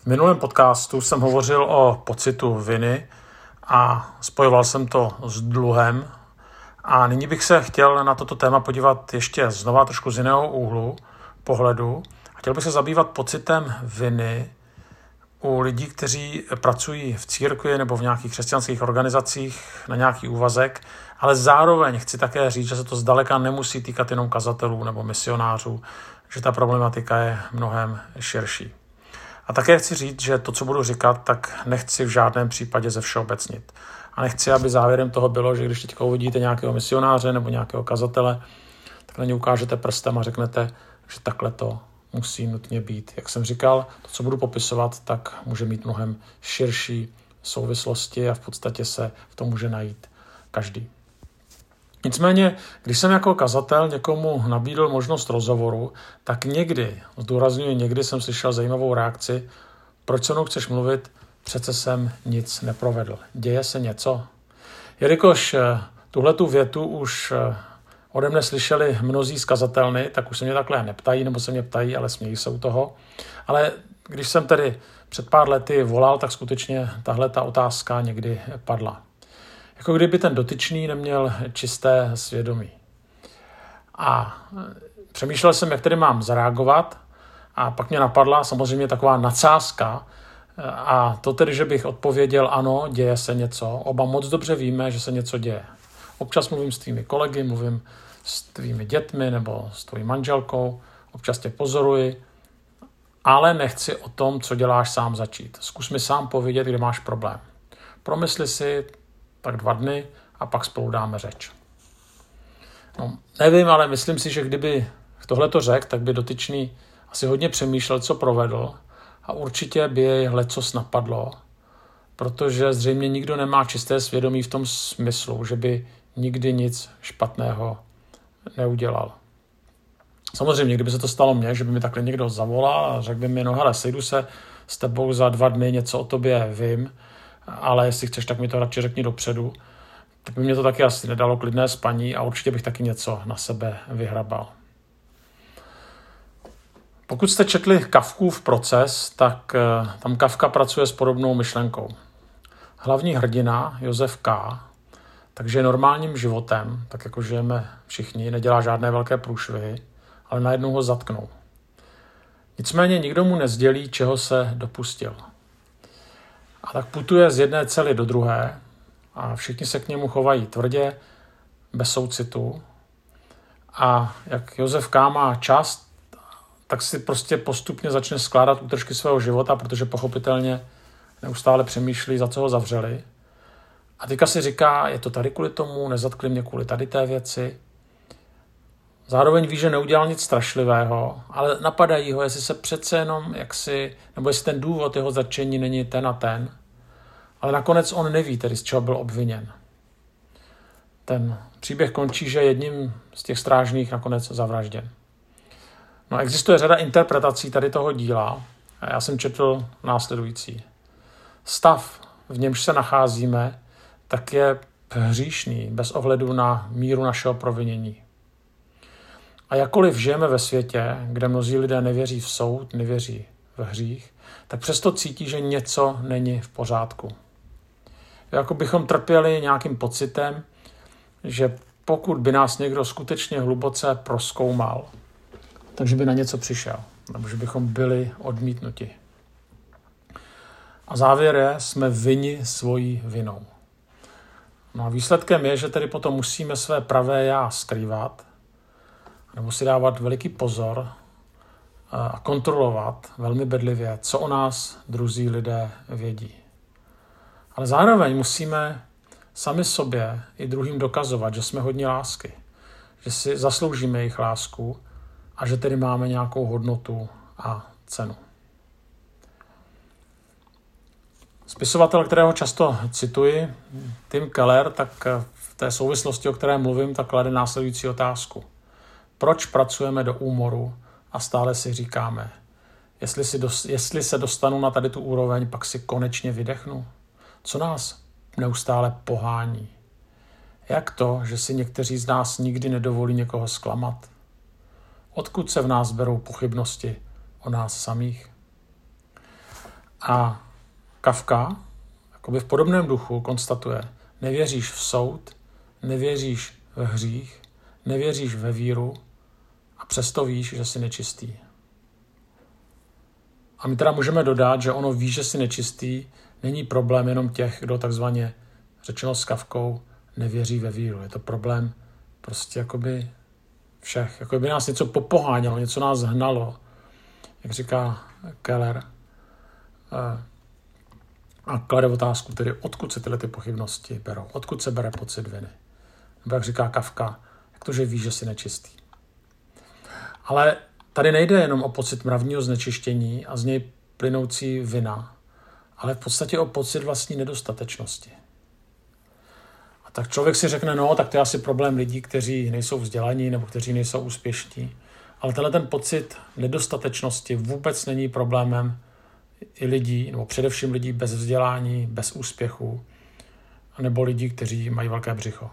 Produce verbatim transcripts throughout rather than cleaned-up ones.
minulém podcastu jsem hovořil o pocitu viny a spojoval jsem to s dluhem. A nyní bych se chtěl na toto téma podívat ještě znova trošku z jiného úhlu pohledu. A chtěl bych se zabývat pocitem viny u lidí, kteří pracují v církvi nebo v nějakých křesťanských organizacích na nějaký úvazek, ale zároveň chci také říct, že se to zdaleka nemusí týkat jenom kazatelů nebo misionářů, že ta problematika je mnohem širší. A také chci říct, že to, co budu říkat, tak nechci v žádném případě ze všeobecnit. A nechci, aby závěrem toho bylo, že když teďka uvidíte nějakého misionáře nebo nějakého kazatele, tak na ně ukážete prstem a řeknete, že takhle to musí nutně být. Jak jsem říkal, to, co budu popisovat, tak může mít mnohem širší souvislosti a v podstatě se v tom může najít každý. Nicméně, když jsem jako kazatel někomu nabídl možnost rozhovoru, tak někdy, zdůrazňuji někdy, jsem slyšel zajímavou reakci, proč se mnou chceš mluvit, přece jsem nic neprovedl. Děje se něco? Jelikož tuhletu větu už ode mne slyšeli mnozí z kazatelny, tak už se mě takhle neptají, nebo se mě ptají, ale smějí se u toho. Ale když jsem tedy před pár lety volal, tak skutečně tahle ta otázka někdy padla. Jako kdyby ten dotyčný neměl čisté svědomí. A přemýšlel jsem, jak tedy mám zareagovat, a pak mě napadla samozřejmě taková nadsázka, a to tedy, že bych odpověděl ano, děje se něco. Oba moc dobře víme, že se něco děje. Občas mluvím s tvými kolegy, mluvím s tvými dětmi nebo s tvojí manželkou, občas tě pozoruji, ale nechci o tom, co děláš, sám začít. Zkus mi sám povědět, kde máš problém. Promysli si tak dva dny a pak spolu dáme řeč. No, nevím, ale myslím si, že kdyby tohleto řekl, tak by dotyčný asi hodně přemýšlel, co provedl a určitě by jej lecos napadlo, protože zřejmě nikdo nemá čisté svědomí v tom smyslu, že by nikdy nic špatného neudělal. Samozřejmě, kdyby se to stalo mně, že by mi takhle někdo zavolal a řekl by mi, no hele, sejdu se s tebou za dva dny, něco o tobě vím, ale jestli chceš, tak mi to radši řekni dopředu, tak by mě to taky asi nedalo klidné spaní a určitě bych taky něco na sebe vyhrabal. Pokud jste četli Kafkův Proces, tak tam Kafka pracuje s podobnou myšlenkou. Hlavní hrdina, Josef K., takže normálním životem, tak jako žijeme všichni, nedělá žádné velké průšvihy, ale najednou ho zatknou. Nicméně nikdo mu nezdělí, čeho se dopustil. A tak putuje z jedné cely do druhé a všichni se k němu chovají tvrdě, bez soucitu. A jak Josef K. má čas, tak si prostě postupně začne skládat útržky svého života, protože pochopitelně neustále přemýšlí, za co ho zavřeli. A teďka si říká, je to tady kvůli tomu, nezatkli mě kvůli tady té věci. Zároveň ví, že neudělal nic strašlivého, ale napadají ho, jestli se přece jenom jaksi, nebo jestli ten důvod jeho zatčení není ten a ten. Ale nakonec on neví tedy, z čeho byl obviněn. Ten příběh končí, že jedním z těch strážných nakonec zavražděn. No, existuje řada interpretací tady toho díla a já jsem četl následující. Stav, v němž se nacházíme, tak je hříšný bez ohledu na míru našeho provinění. A jakkoliv žijeme ve světě, kde mnozí lidé nevěří v soud, nevěří v hřích, tak přesto cítí, že něco není v pořádku. Jako bychom trpěli nějakým pocitem, že pokud by nás někdo skutečně hluboce prozkoumal, takže by na něco přišel, nebo že bychom byli odmítnuti. A závěr je, jsme vinni svojí vinou. No a výsledkem je, že tedy potom musíme své pravé já skrývat, nebo si dávat veliký pozor a kontrolovat velmi bedlivě, co o nás druzí lidé vědí. Ale zároveň musíme sami sobě i druhým dokazovat, že jsme hodni lásky, že si zasloužíme jejich lásku a že tedy máme nějakou hodnotu a cenu. Spisovatel, kterého často cituji, Tim Keller, tak v té souvislosti, o které mluvím, tak klade následující otázku. Proč pracujeme do úmoru a stále si říkáme, jestli, si dos, jestli se dostanu na tady tu úroveň, pak si konečně vydechnu? Co nás neustále pohání? Jak to, že si někteří z nás nikdy nedovolí někoho zklamat? Odkud se v nás berou pochybnosti o nás samých? A Kafka jakoby v podobném duchu konstatuje, nevěříš v soud, nevěříš v hřích, nevěříš ve víru a přesto víš, že jsi nečistý. A my teda můžeme dodat, že ono ví, že jsi nečistý, není problém jenom těch, kdo takzvaně, řečeno s Kafkou, nevěří ve víru. Je to problém prostě jakoby všech. Jakoby nás něco popohánělo, něco nás hnalo, jak říká Keller. A klade otázku, tedy odkud se tyhle ty pochybnosti berou, odkud se bere pocit viny. Nebo jak říká Kafka, jak to, že víš, že jsi nečistý. Ale tady nejde jenom o pocit mravního znečištění a z něj plynoucí vina, ale v podstatě o pocit vlastní nedostatečnosti. A tak člověk si řekne, no, tak to je asi problém lidí, kteří nejsou vzdělaní nebo kteří nejsou úspěšní. Ale tenhle ten pocit nedostatečnosti vůbec není problémem i lidí, nebo především lidí bez vzdělání, bez úspěchu, nebo lidí, kteří mají velké břicho.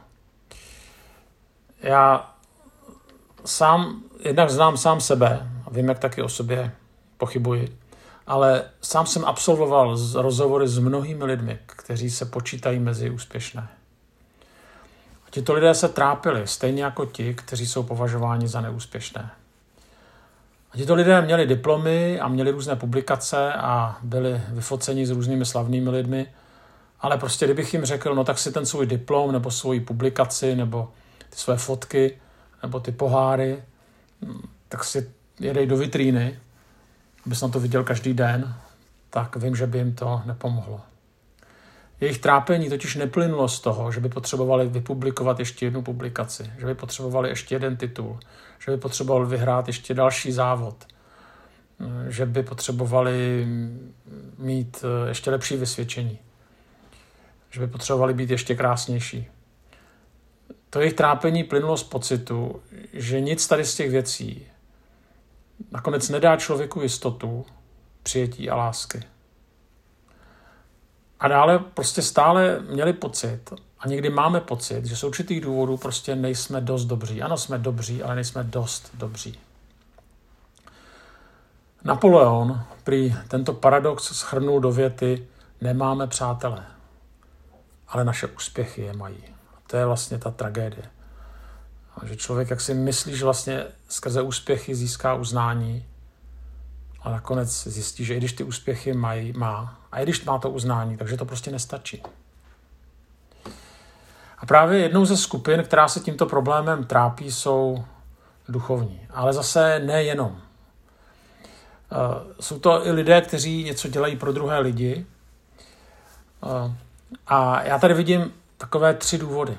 Já sám, jednak znám sám sebe, a vím, jak taky o sobě pochybuji, ale sám jsem absolvoval rozhovory s mnohými lidmi, kteří se počítají mezi úspěšné. A tito lidé se trápili, stejně jako ti, kteří jsou považováni za neúspěšné. A tito lidé měli diplomy a měli různé publikace a byli vyfoceni s různými slavnými lidmi, ale prostě kdybych jim řekl, no tak si ten svůj diplom nebo svoji publikaci nebo ty své fotky nebo ty poháry, tak si jedej do vitríny, abys na to viděl každý den, tak vím, že by jim to nepomohlo. Jejich trápení totiž neplynulo z toho, že by potřebovali vypublikovat ještě jednu publikaci, že by potřebovali ještě jeden titul, že by potřebovali vyhrát ještě další závod, že by potřebovali mít ještě lepší vysvědčení, že by potřebovali být ještě krásnější. To jejich trápení plynulo z pocitu, že nic tady z těch věcí nakonec nedá člověku jistotu, přijetí a lásky. A dále prostě stále měli pocit, a někdy máme pocit, že z určitých důvodů prostě nejsme dost dobří. Ano, jsme dobří, ale nejsme dost dobří. Napoleon prý tento paradox shrnul do věty nemáme přátele, ale naše úspěchy je mají. A to je vlastně ta tragédie. A že člověk, jak si myslí, že vlastně skrze úspěchy získá uznání, a nakonec zjistí, že i když ty úspěchy mají, má, a i když má to uznání, takže to prostě nestačí. A právě jednou ze skupin, která se tímto problémem trápí, jsou duchovní. Ale zase nejenom. Jsou to i lidé, kteří něco dělají pro druhé lidi. A já tady vidím takové tři důvody.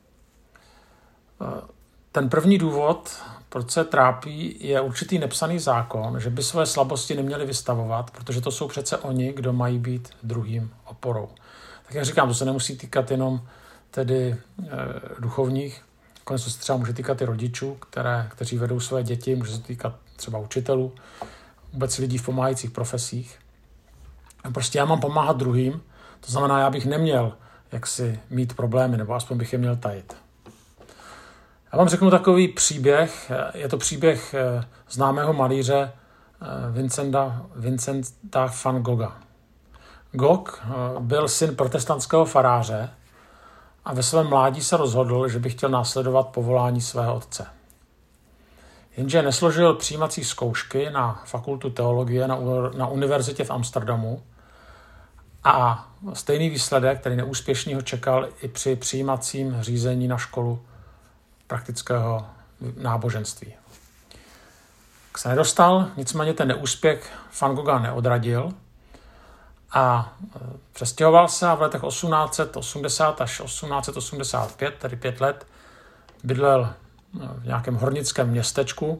Ten první důvod, proč se trápí, je určitý nepsaný zákon, že by své slabosti neměli vystavovat, protože to jsou přece oni, kdo mají být druhým oporou. Tak jak říkám, to se nemusí týkat jenom tedy e, duchovních, konec to se třeba může týkat i rodičů, které, kteří vedou své děti, může se týkat třeba učitelů, vůbec lidí v pomáhajících profesích. A prostě já mám pomáhat druhým, to znamená, já bych neměl jaksi mít problémy, nebo aspoň bych je měl tajit. Já vám řeknu takový příběh, je to příběh známého malíře Vincenta, Vincenta van Gogha. Gogh byl syn protestantského faráře a ve svém mládí se rozhodl, že by chtěl následovat povolání svého otce. Jenže nesložil přijímací zkoušky na fakultu teologie na, na univerzitě v Amsterdamu a stejný výsledek, který neúspěšný, ho čekal i při přijímacím řízení na školu praktického náboženství. Tak se nedostal, nicméně ten neúspěch Van Gogha neodradil a přestěhoval se a v letech osmnáct set osmdesát až osmnáct set osmdesát pět, tedy pět let, bydlel v nějakém hornickém městečku,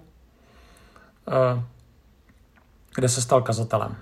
kde se stal kazatelem.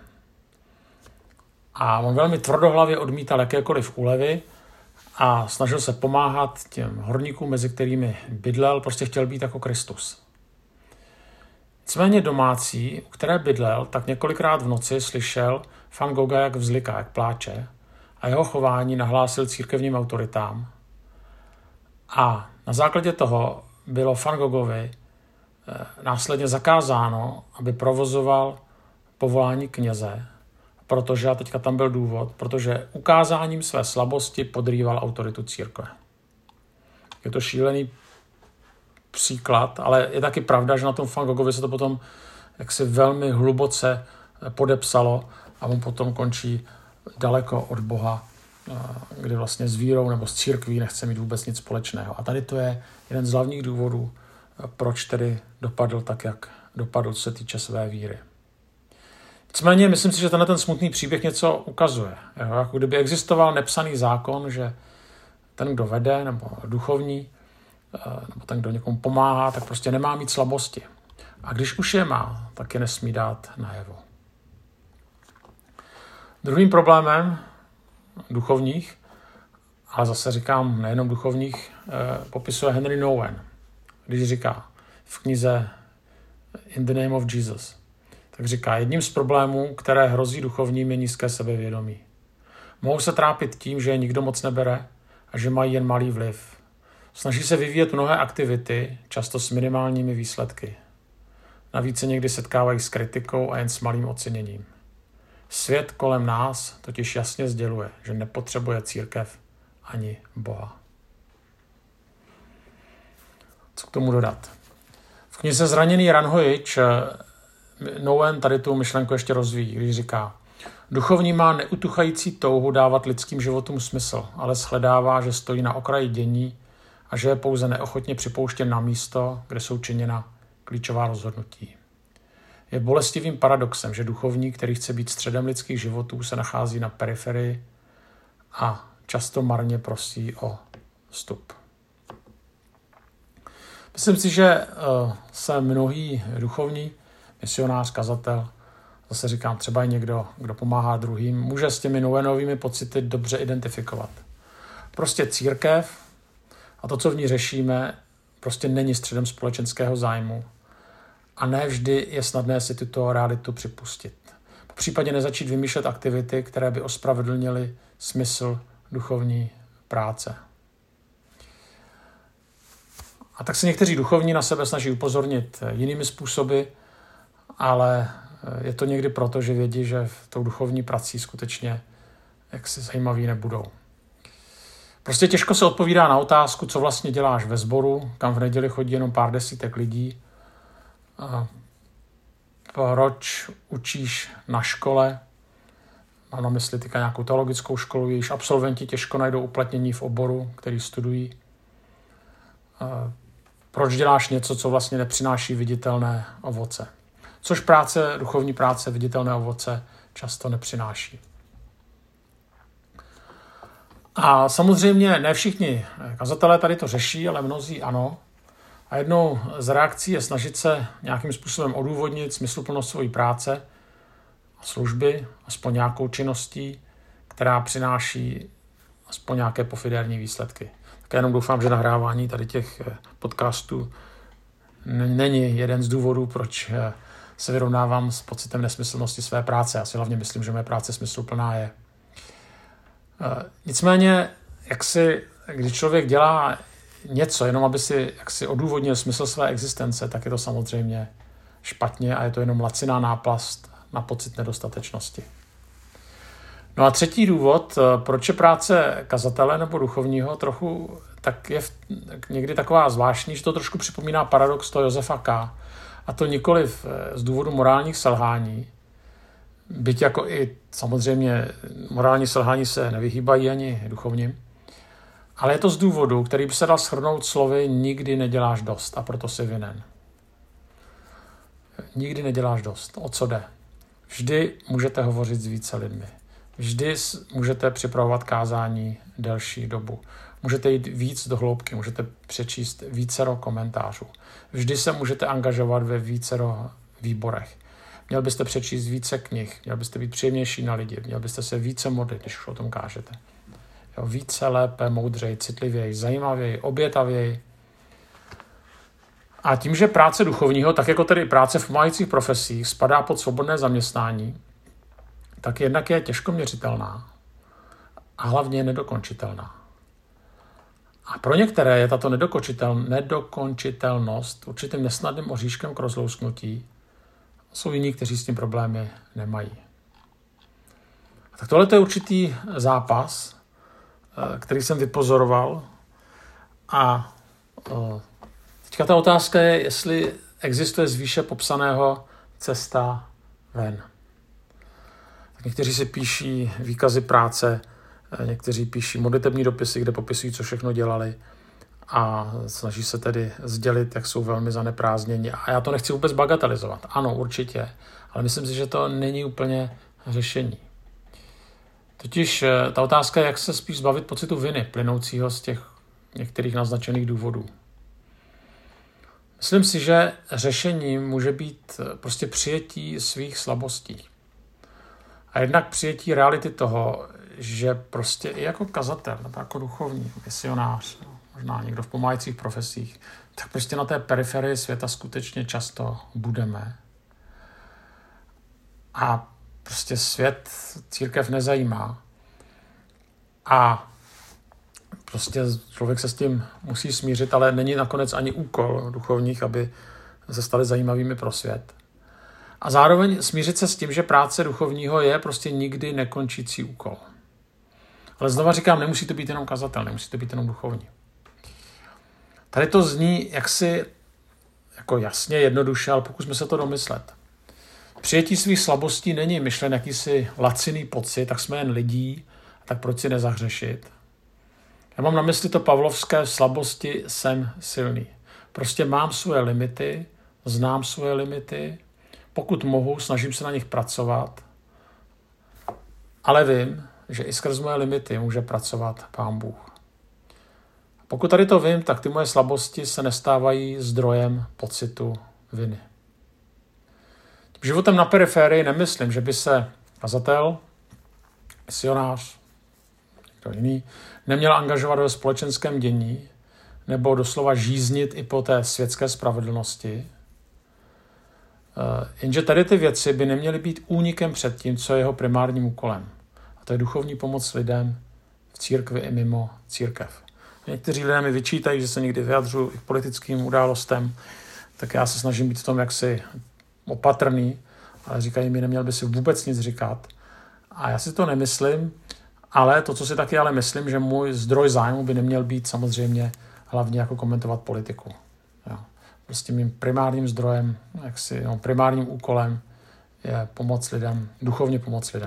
A on velmi tvrdohlavě odmítal jakékoliv úlevy a snažil se pomáhat těm horníkům, mezi kterými bydlel, prostě chtěl být jako Kristus. Nicméně domácí, u které bydlel, tak několikrát v noci slyšel Van Gogha, jak vzliká, jak pláče a jeho chování nahlásil církevním autoritám. A na základě toho bylo Van Goghovi následně zakázáno, aby provozoval povolání kněze, protože, a teďka tam byl důvod, protože ukázáním své slabosti podrýval autoritu církve. Je to šílený příklad, ale je taky pravda, že na tom Van Goghovi se to potom jaksi velmi hluboce podepsalo a on potom končí daleko od Boha, kdy vlastně s vírou nebo s církví nechce mít vůbec nic společného. A tady to je jeden z hlavních důvodů, proč tedy dopadl tak, jak dopadl, co se týče své víry. Nicméně myslím si, že tenhle ten smutný příběh něco ukazuje. Jako kdyby existoval nepsaný zákon, že ten, kdo vede, nebo duchovní, nebo ten, kdo někomu pomáhá, tak prostě nemá mít slabosti. A když už je má, tak je nesmí dát najevo. Druhým problémem duchovních, ale zase říkám nejenom duchovních, popisuje Henry Nouwen, když říká v knize In the Name of Jesus, tak říká, jedním z problémů, které hrozí duchovním, je nízké sebevědomí. Mohou se trápit tím, že je nikdo moc nebere a že mají jen malý vliv. Snaží se vyvíjet mnohé aktivity, často s minimálními výsledky. Navíc se někdy setkávají s kritikou a jen s malým oceněním. Svět kolem nás totiž jasně sděluje, že nepotřebuje církev ani Boha. Co k tomu dodat? V knize Zraněný Ranhojič Nouwen tady tu myšlenku ještě rozvíjí, když říká, duchovní má neutuchající touhu dávat lidským životům smysl, ale shledává, že stojí na okraji dění a že je pouze neochotně připouštěn na místo, kde jsou činěna klíčová rozhodnutí. Je bolestivým paradoxem, že duchovní, který chce být středem lidských životů, se nachází na periferii a často marně prosí o vstup. Myslím si, že se mnohý duchovní, misionář, kazatel, zase říkám, třeba i někdo, kdo pomáhá druhým, může s těmi Nouwenovými pocity dobře identifikovat. Prostě církev a to, co v ní řešíme, prostě není středem společenského zájmu. A ne vždy je snadné si tuto realitu připustit. Po případě nezačít vymýšlet aktivity, které by ospravedlnily smysl duchovní práce. A tak se někteří duchovní na sebe snaží upozornit jinými způsoby, ale je to někdy proto, že vědí, že v tou duchovní prací skutečně jaksi zajímaví nebudou. Prostě těžko se odpovídá na otázku, co vlastně děláš ve sboru, kam v neděli chodí jenom pár desítek lidí, a proč učíš na škole, mám na mysli týka nějakou teologickou školu, jejíž absolventi těžko najdou uplatnění v oboru, který studují. A proč děláš něco, co vlastně nepřináší viditelné ovoce. Což práce, duchovní práce, viditelné ovoce často nepřináší. A samozřejmě ne všichni kazatelé tady to řeší, ale mnozí ano. A jednou z reakcí je snažit se nějakým způsobem odůvodnit smysluplnost své práce a služby, aspoň nějakou činností, která přináší aspoň nějaké pofidérní výsledky. Tak já jenom doufám, že nahrávání tady těch podcastů není jeden z důvodů, proč se vyrovnávám s pocitem nesmyslnosti své práce. Já si hlavně myslím, že moje práce smysluplná je. Nicméně, jak si, když člověk dělá něco, jenom aby si jaksi odůvodnil smysl své existence, tak je to samozřejmě špatně a je to jenom laciná náplast na pocit nedostatečnosti. No a třetí důvod, proč je práce kazatele nebo duchovního trochu, tak je někdy taková zvláštní, že to trošku připomíná paradox toho Josefa K. A to nikoliv z důvodu morálních selhání, byť jako i samozřejmě morální selhání se nevyhýbají ani duchovním, ale je to z důvodu, který by se dal shrnout slovy nikdy neděláš dost a proto jsi vinen. Nikdy neděláš dost. O co jde? Vždy můžete hovořit s více lidmi. Vždy můžete připravovat kázání delší dobu. Můžete jít víc do hloubky, můžete přečíst vícero komentářů. Vždy se můžete angažovat ve vícero výborech. Měl byste přečíst více knih, měl byste být příjemnější na lidi, měl byste se více modlit, když už o tom kážete. Jo, více, lépe, moudřeji, citlivěji, zajímavěji, obětavěji. A tím, že práce duchovního, tak jako tedy práce v pomáhajících profesích, spadá pod svobodné zaměstnání, tak jednak je těžko měřitelná a hlavně je nedokončitelná. A pro některé je tato nedokončitel, nedokončitelnost určitým nesnadným oříškem k rozlousknutí. Jsou jiní, kteří s tím problémy nemají. Tak tohle je určitý zápas, který jsem vypozoroval. A teďka ta otázka je, jestli existuje z výše popsaného cesta ven. Tak někteří si píší výkazy práce, někteří píší modlitební dopisy, kde popisují, co všechno dělali a snaží se tedy sdělit, jak jsou velmi zaneprázdněni. A já to nechci vůbec bagatelizovat. Ano, určitě, ale myslím si, že to není úplně řešení. Totiž ta otázka je, jak se spíš zbavit pocitu viny, plynoucího z těch některých naznačených důvodů. Myslím si, že řešením může být prostě přijetí svých slabostí. A jednak přijetí reality toho, že prostě i jako kazatel, nebo jako duchovní, misionář, možná někdo v pomáhajících profesích, tak prostě na té periferii světa skutečně často budeme. A prostě svět církev nezajímá. A prostě člověk se s tím musí smířit, ale není nakonec ani úkol duchovních, aby se stali zajímavými pro svět. A zároveň smířit se s tím, že práce duchovního je prostě nikdy nekončící úkol. Ale znova říkám, nemusí to být jenom kazatel, nemusí to být jenom duchovní. Tady to zní jaksi jako jasně, jednoduše, ale pokusme se to domyslet. Přijetí svých slabostí není myšlen jakýsi laciný pocit, tak jsme jen lidí, tak proč si nezahřešit. Já mám na mysli to pavlovské slabosti, jsem silný. Prostě mám svoje limity, znám svoje limity, pokud mohu, snažím se na nich pracovat, ale vím, že i skrz moje limity může pracovat Pán Bůh. Pokud tady to vím, tak ty moje slabosti se nestávají zdrojem pocitu viny. Tím životem na periferii nemyslím, že by se kazatel, misionář, někdo jiný, neměl angažovat ve společenském dění nebo doslova žíznit i po té světské spravedlnosti. Jenže tady ty věci by neměly být únikem před tím, co je jeho primárním úkolem. A to je duchovní pomoc lidem v církvi i mimo církev. Někteří lidé mi vyčítají, že se někdy vyjadřuji i k politickým událostem, tak já se snažím být v tom jaksi opatrný, ale říkají mi, neměl by si vůbec nic říkat. A já si to nemyslím, ale to, co si taky ale myslím, že můj zdroj zájmu by neměl být samozřejmě hlavně jako komentovat politiku. Jo. Prostě mým primárním zdrojem, jaksi, no, primárním úkolem je pomoc lidem, duchovně pomoc lidem.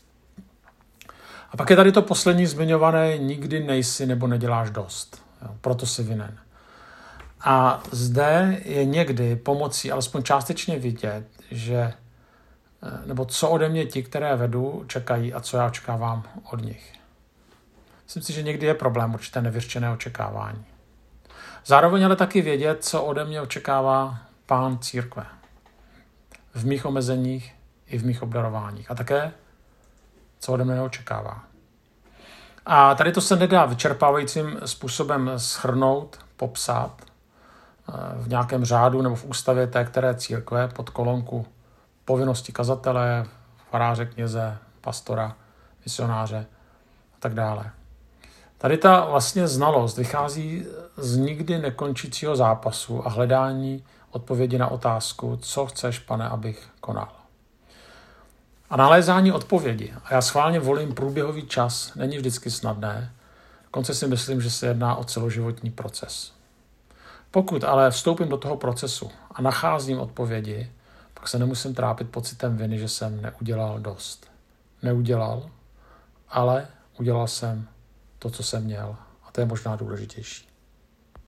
A pak je tady to poslední zmiňované, nikdy nejsi nebo neděláš dost. Jo, proto jsi vinen. A zde je někdy pomocí alespoň částečně vidět, že nebo co ode mě ti, které vedu, čekají a co já očekávám od nich. Myslím si, že někdy je problém určité nevyřčené očekávání. Zároveň ale taky vědět, co ode mě očekává Pán církve. V mých omezeních i v mých obdarováních. A také, co ode mě neočekává. A tady to se nedá vyčerpávajícím způsobem shrnout, popsat v nějakém řádu nebo v ústavě té které církve pod kolonku povinnosti kazatele, faráře, kněze, pastora, misionáře a tak dále. Tady ta vlastně znalost vychází z nikdy nekončícího zápasu a hledání odpovědi na otázku, co chceš, Pane, abych konal. A nalézání odpovědi, a já schválně volím průběhový čas, není vždycky snadné, dokonce si myslím, že se jedná o celoživotní proces. Pokud ale vstoupím do toho procesu a nacházím odpovědi, pak se nemusím trápit pocitem viny, že jsem neudělal dost. Neudělal, ale udělal jsem to, co jsem měl. A to je možná důležitější.